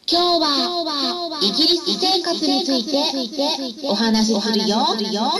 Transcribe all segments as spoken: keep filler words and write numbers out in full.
今日はイギリス生活についてお話しするよ。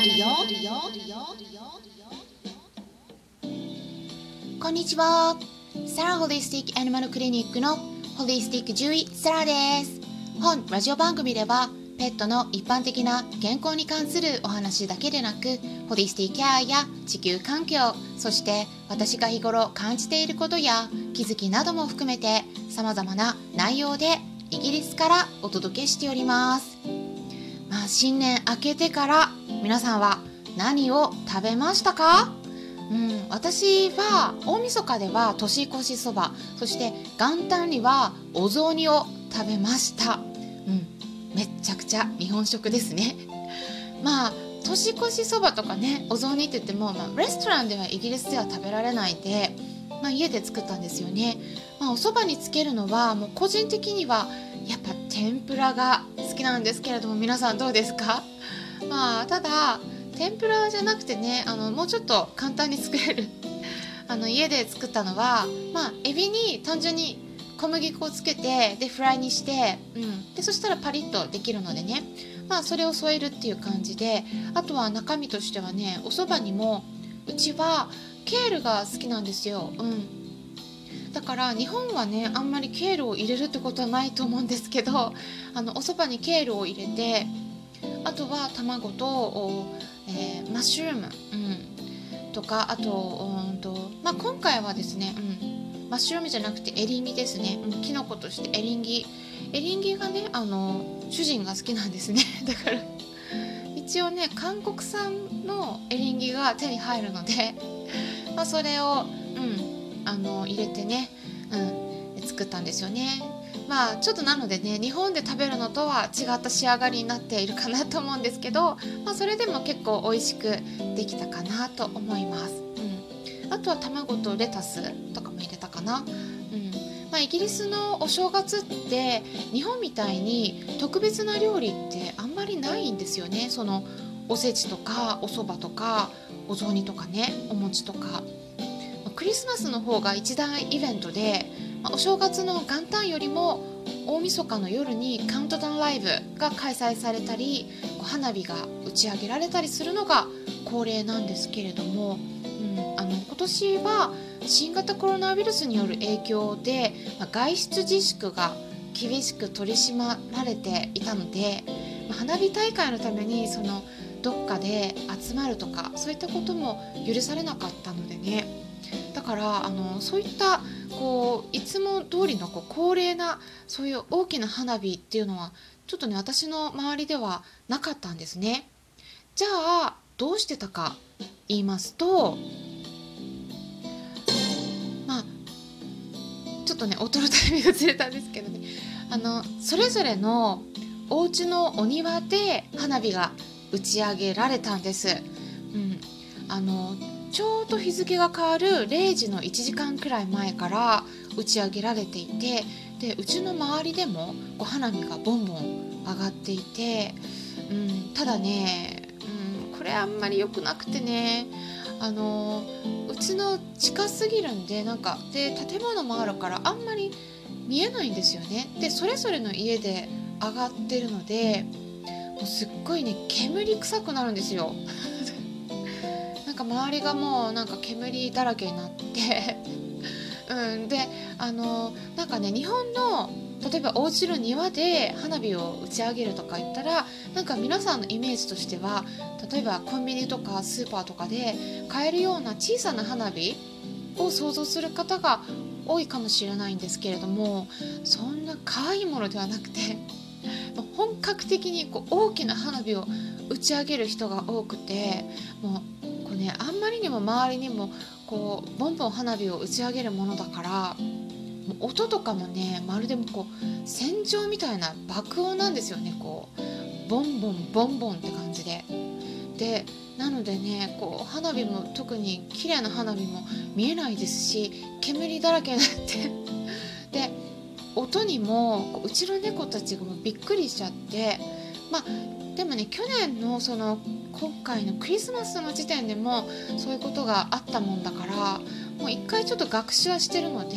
こんにちは。サラホリスティックアニマルクリニックのホリスティック獣医サラです。本ラジオ番組ではペットの一般的な健康に関するお話だけでなく、ホリスティックケアや地球環境、そして私が日頃感じていることや気づきなども含めて様々な内容でイギリスからお届けしております。まあ、新年明けてから皆さんは何を食べましたか？うん、私は大晦日では年越しそば、そして元旦にはお雑煮を食べました。うん、めっちゃくちゃ日本食ですね。まあ年越しそばとかね、お雑煮って言っても、まあ、レストランではイギリスでは食べられないんで、まあ、家で作ったんですよね。まあ、おそばにつけるのはもう個人的にはやっぱ天ぷらが好きなんですけれども、皆さんどうですか？まあただ天ぷらじゃなくてね、あのもうちょっと簡単に作れるあの家で作ったのは、まあエビに単純に小麦粉をつけて、でフライにして、うん、でそしたらパリッとできるのでね、まあそれを添えるっていう感じで、あとは中身としてはね、お蕎麦にもうちはケールが好きなんですよ。うん、だから日本はねあんまりケールを入れるってことはないと思うんですけど、あのお蕎麦にケールを入れて、あとは卵と、えー、マッシュルーム、うん、とか、あと、うんとまあ、今回はですね、うん、マッシュルームじゃなくてエリンギですね、うん、キノコとしてエリンギエリンギがね、あの主人が好きなんですね。だから一応ね韓国産のエリンギが手に入るので、まあ、それを、うん、あの入れてね、うん、作ったんですよね。まあちょっとなのでね、日本で食べるのとは違った仕上がりになっているかなと思うんですけど、まあ、それでも結構美味しくできたかなと思います。うん、あとは卵とレタスとかも入れたかな。うん、まあ、イギリスのお正月って日本みたいに特別な料理ってあんまりないんですよね。そのおせちとかお蕎麦とかお雑煮とかね、お餅とか。クリスマスの方が一大イベントで、お正月の元旦よりも大晦日の夜にカウントダウンライブが開催されたり、花火が打ち上げられたりするのが恒例なんですけれども、うん、あの今年は新型コロナウイルスによる影響で、まあ、外出自粛が厳しく取り締まられていたので、まあ、花火大会のためにそのどっかで集まるとかそういったことも許されなかったのでね、だからあのそういったこういつも通りのこう恒例なそういう大きな花火っていうのはちょっとね私の周りではなかったんですね。じゃあどうしてたか言いますと、まあちょっとね音のタイミングずれたんですけどね、あのそれぞれのお家のお庭で花火が打ち上げられたんです。うん、あのちょうど日付が変わるれいじのいちじかんくらい前から打ち上げられていて、でうちの周りでもこう花火がボンボン上がっていて、うん、ただね、うん、これあんまり良くなくてね、あのうちの近すぎるんで、なんかで建物もあるからあんまり見えないんですよね。でそれぞれの家で上がってるので、もうすっごいね煙臭くなるんですよ。なんか周りがもうなんか煙だらけになってうん、であのなんかね日本の例えばお家の庭で花火を打ち上げるとか言ったら、なんか皆さんのイメージとしては例えばコンビニとかスーパーとかで買えるような小さな花火を想像する方が多いかもしれないんですけれども、そんな可愛いものではなくて本格的にこう大きな花火を打ち上げる人が多くて、もうこう、ね、あんまりにも周りにもこうボンボン花火を打ち上げるものだから、もう音とかもねまるでもこう戦場みたいな爆音なんですよね。こうボンボンボンボンって感じで、でなのでねこう花火も特に綺麗な花火も見えないですし、煙だらけになってで音にもうちの猫たちがもうびっくりしちゃって、まあでもね去年のその今回のクリスマスの時点でもそういうことがあったもんだから、もう一回ちょっと学習はしてるので、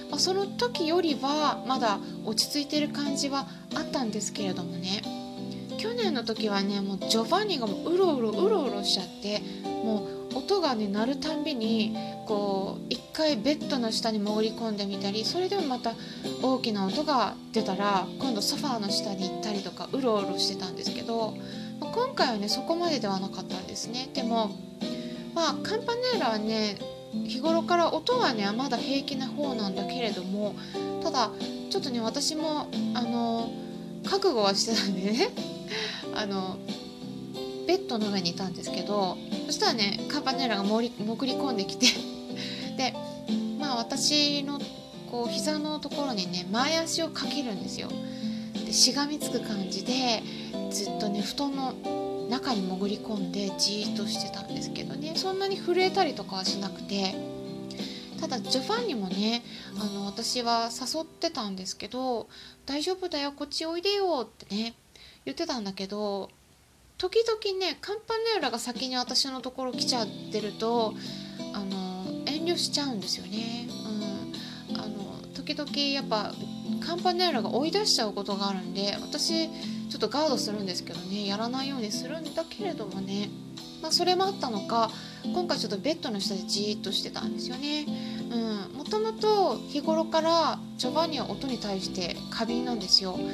まあ、その時よりはまだ落ち着いてる感じはあったんですけれどもね、去年の時はねもうジョバンニがもううろうろうろうろしちゃって、もう音がね鳴るたんびにこう一回ベッドの下に潜り込んでみたり、それでもまた大きな音が出たら今度ソファーの下に行ったりとかうろうろしてたんですけど、まあ、今回はねそこまでではなかったんですね。でもまあカンパネーラはね日頃から音はねまだ平気な方なんだけれども、ただちょっとね私もあの覚悟はしてたんでねあのベッドの上にいたんですけど、そしたらねカンパネーラが潜り潜り込んできてでまあ私のこう膝のところにね前足をかけるんですよ。でしがみつく感じでずっとね布団の中に潜り込んでじーっとしてたんですけどね、そんなに震えたりとかはしなくて、ただジョバンニもねあの私は誘ってたんですけど、大丈夫だよこっちおいでよってね言ってたんだけど、時々ねカンパネーラが先に私のところ来ちゃってるとあの遠慮しちゃうんですよね、うん、あの時々やっぱカンパネーラが追い出しちゃうことがあるんで、私ちょっとガードするんですけどね、やらないようにするんだけれどもね、まあ、それもあったのか今回ちょっとベッドの下でじーっとしてたんですよね。もともと日頃からジョバンニは音に対して過敏なんですよ、うん、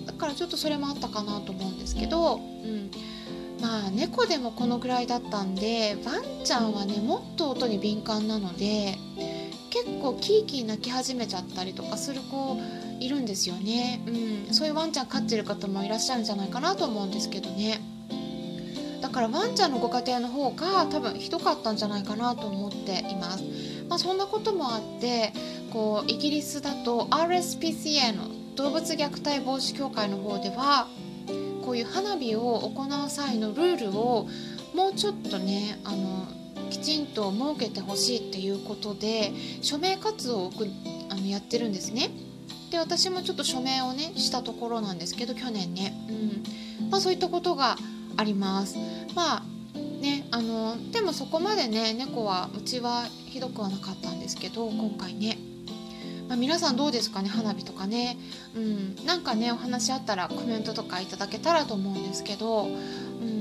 だからちょっとそれもあったかなと思うんですけど、うん、まあ猫でもこのぐらいだったんで、ワンちゃんはねもっと音に敏感なので結構キーキー鳴き始めちゃったりとかする子いるんですよね、うん、そういうワンちゃん飼ってる方もいらっしゃるんじゃないかなと思うんですけどね。だからワンちゃんのご家庭の方が多分ひどかったんじゃないかなと思っています。まあ、そんなこともあってこうイギリスだと アールエスピーシーエー の動物虐待防止協会の方ではこういう花火を行う際のルールをもうちょっとねあのきちんと設けてほしいっていうことで署名活動をあのやってるんですね。で私もちょっと署名をねしたところなんですけど去年ね、うんまあ、そういったことがあります。まあねあのでもそこまでね猫はうちはひどくはなかったんですけど今回ね、まあ、皆さんどうですかね花火とかね、うん、なんかねお話あったらコメントとかいただけたらと思うんですけど、うん、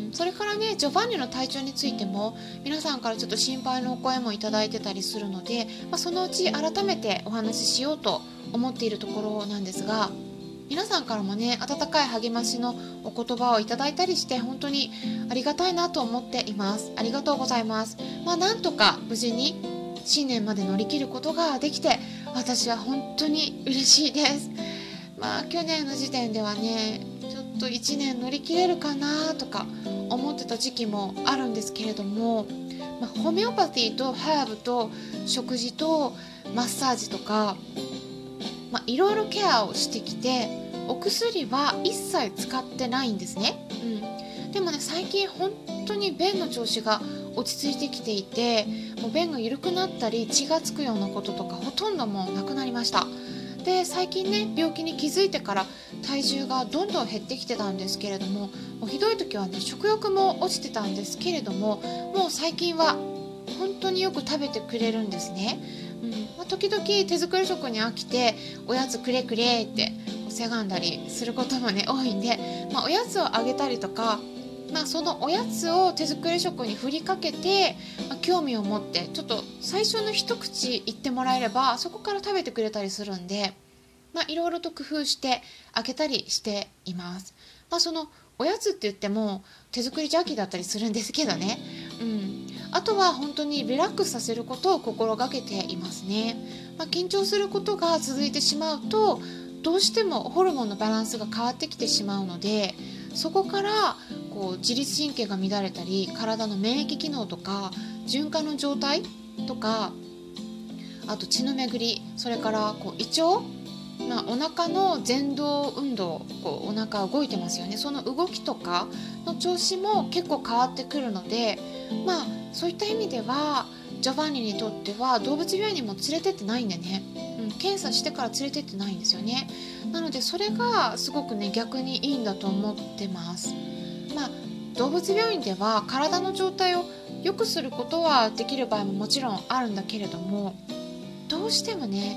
それからねジョバンニの体調についても皆さんからちょっと心配のお声もいただいてたりするので、まあ、そのうち改めてお話ししようと思っているところなんですが、皆さんからもね温かい励ましのお言葉をいただいたりして本当にありがたいなと思っています。ありがとうございます。まあなんとか無事に新年まで乗り切ることができて私は本当に嬉しいです。まあ去年の時点ではねちょっといちねん乗り切れるかなとか思ってた時期もあるんですけれども、まあ、ホメオパティとハーブと食事とマッサージとかまあ、いろいろケアをしてきてお薬は一切使ってないんですね、うん、でもね最近本当に便の調子が落ち着いてきていてもう便が緩くなったり血がつくようなこととかほとんどもうなくなりました。で最近ね病気に気づいてから体重がどんどん減ってきてたんですけれども、もうひどい時はね食欲も落ちてたんですけれどももう最近は本当によく食べてくれるんですね。うんまあ、時々手作り食に飽きておやつくれくれってせがんだりすることもね多いんで、まあ、おやつをあげたりとか、まあ、そのおやつを手作り食に振りかけて、まあ、興味を持ってちょっと最初の一口言ってもらえればそこから食べてくれたりするんで、まあ、いろいろと工夫してあげたりしています。まあ、そのおやつって言っても手作りジャーキーだったりするんですけどね、うん、あとは本当にリラックスさせることを心がけていますね。まあ、緊張することが続いてしまうとどうしてもホルモンのバランスが変わってきてしまうので、そこからこう自律神経が乱れたり体の免疫機能とか循環の状態とかあと血の巡り、それからこう胃腸、まあ、お腹の前動運動、こうお腹動いてますよね、その動きとかの調子も結構変わってくるので、まあそういった意味ではジョバンニにとっては動物病院にも連れてってないんでね、うん、検査してから連れてってないんですよね。なのでそれがすごくね逆にいいんだと思ってます。まあ動物病院では体の状態を良くすることはできる場合ももちろんあるんだけれども、どうしてもね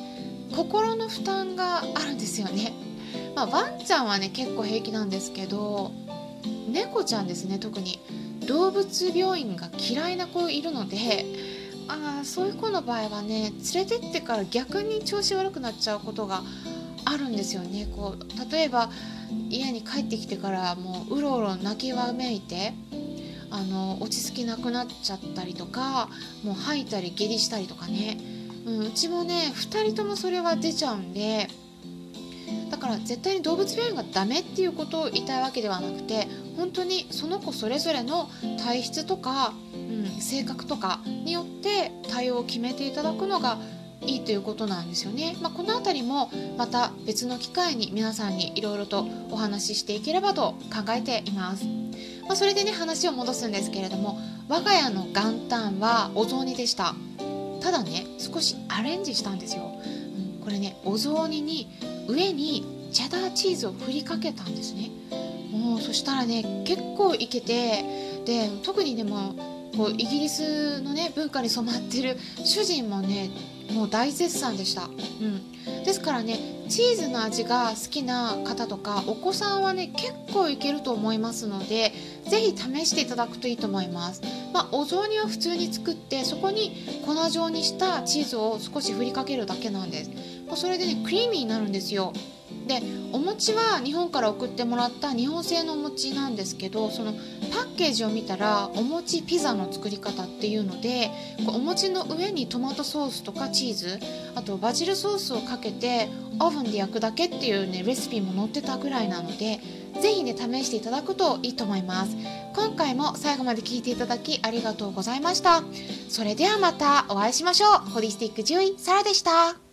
心の負担があるんですよね。まあ、ワンちゃんはね結構平気なんですけど、猫ちゃんですね、特に動物病院が嫌いな子いるので、あーそういう子の場合はね連れてってから逆に調子悪くなっちゃうことがあるんですよね。こう例えば家に帰ってきてからもううろうろ泣きわめいて、あの落ち着きなくなっちゃったりとか、もう吐いたり下痢したりとかね、うん、うちもねふたりともそれは出ちゃうんで、だから絶対に動物病院がダメっていうことを言いたいわけではなくて、本当にその子それぞれの体質とか、うん、性格とかによって対応を決めていただくのがいいということなんですよね。まあ、このあたりもまた別の機会に皆さんにいろいろとお話ししていければと考えています。まあ、それでね話を戻すんですけれども、我が家の元旦はお雑煮でした。ただね少しアレンジしたんですよ。うん、これねお雑煮に上にチェダーチーズを振りかけたんですね。もうそしたらね結構いけて、で特にでもこうイギリスのね文化に染まってる主人もねもう大絶賛でした。うん、ですからねチーズの味が好きな方とかお子さんはね結構いけると思いますので、ぜひ試していただくといいと思います。まあ、お雑煮は普通に作ってそこに粉状にしたチーズを少し振りかけるだけなんです。まあ、それでねクリーミーになるんですよ。でお餅は日本から送ってもらった日本製のお餅なんですけど、そのパッケージを見たらお餅ピザの作り方っていうので、こうお餅の上にトマトソースとかチーズ、あとバジルソースをかけてオーブンで焼くだけっていうねレシピも載ってたぐらいなので、ぜひね試していただくといいと思います。今回も最後まで聞いていただきありがとうございました。それではまたお会いしましょう。ホリスティック獣医サラでした。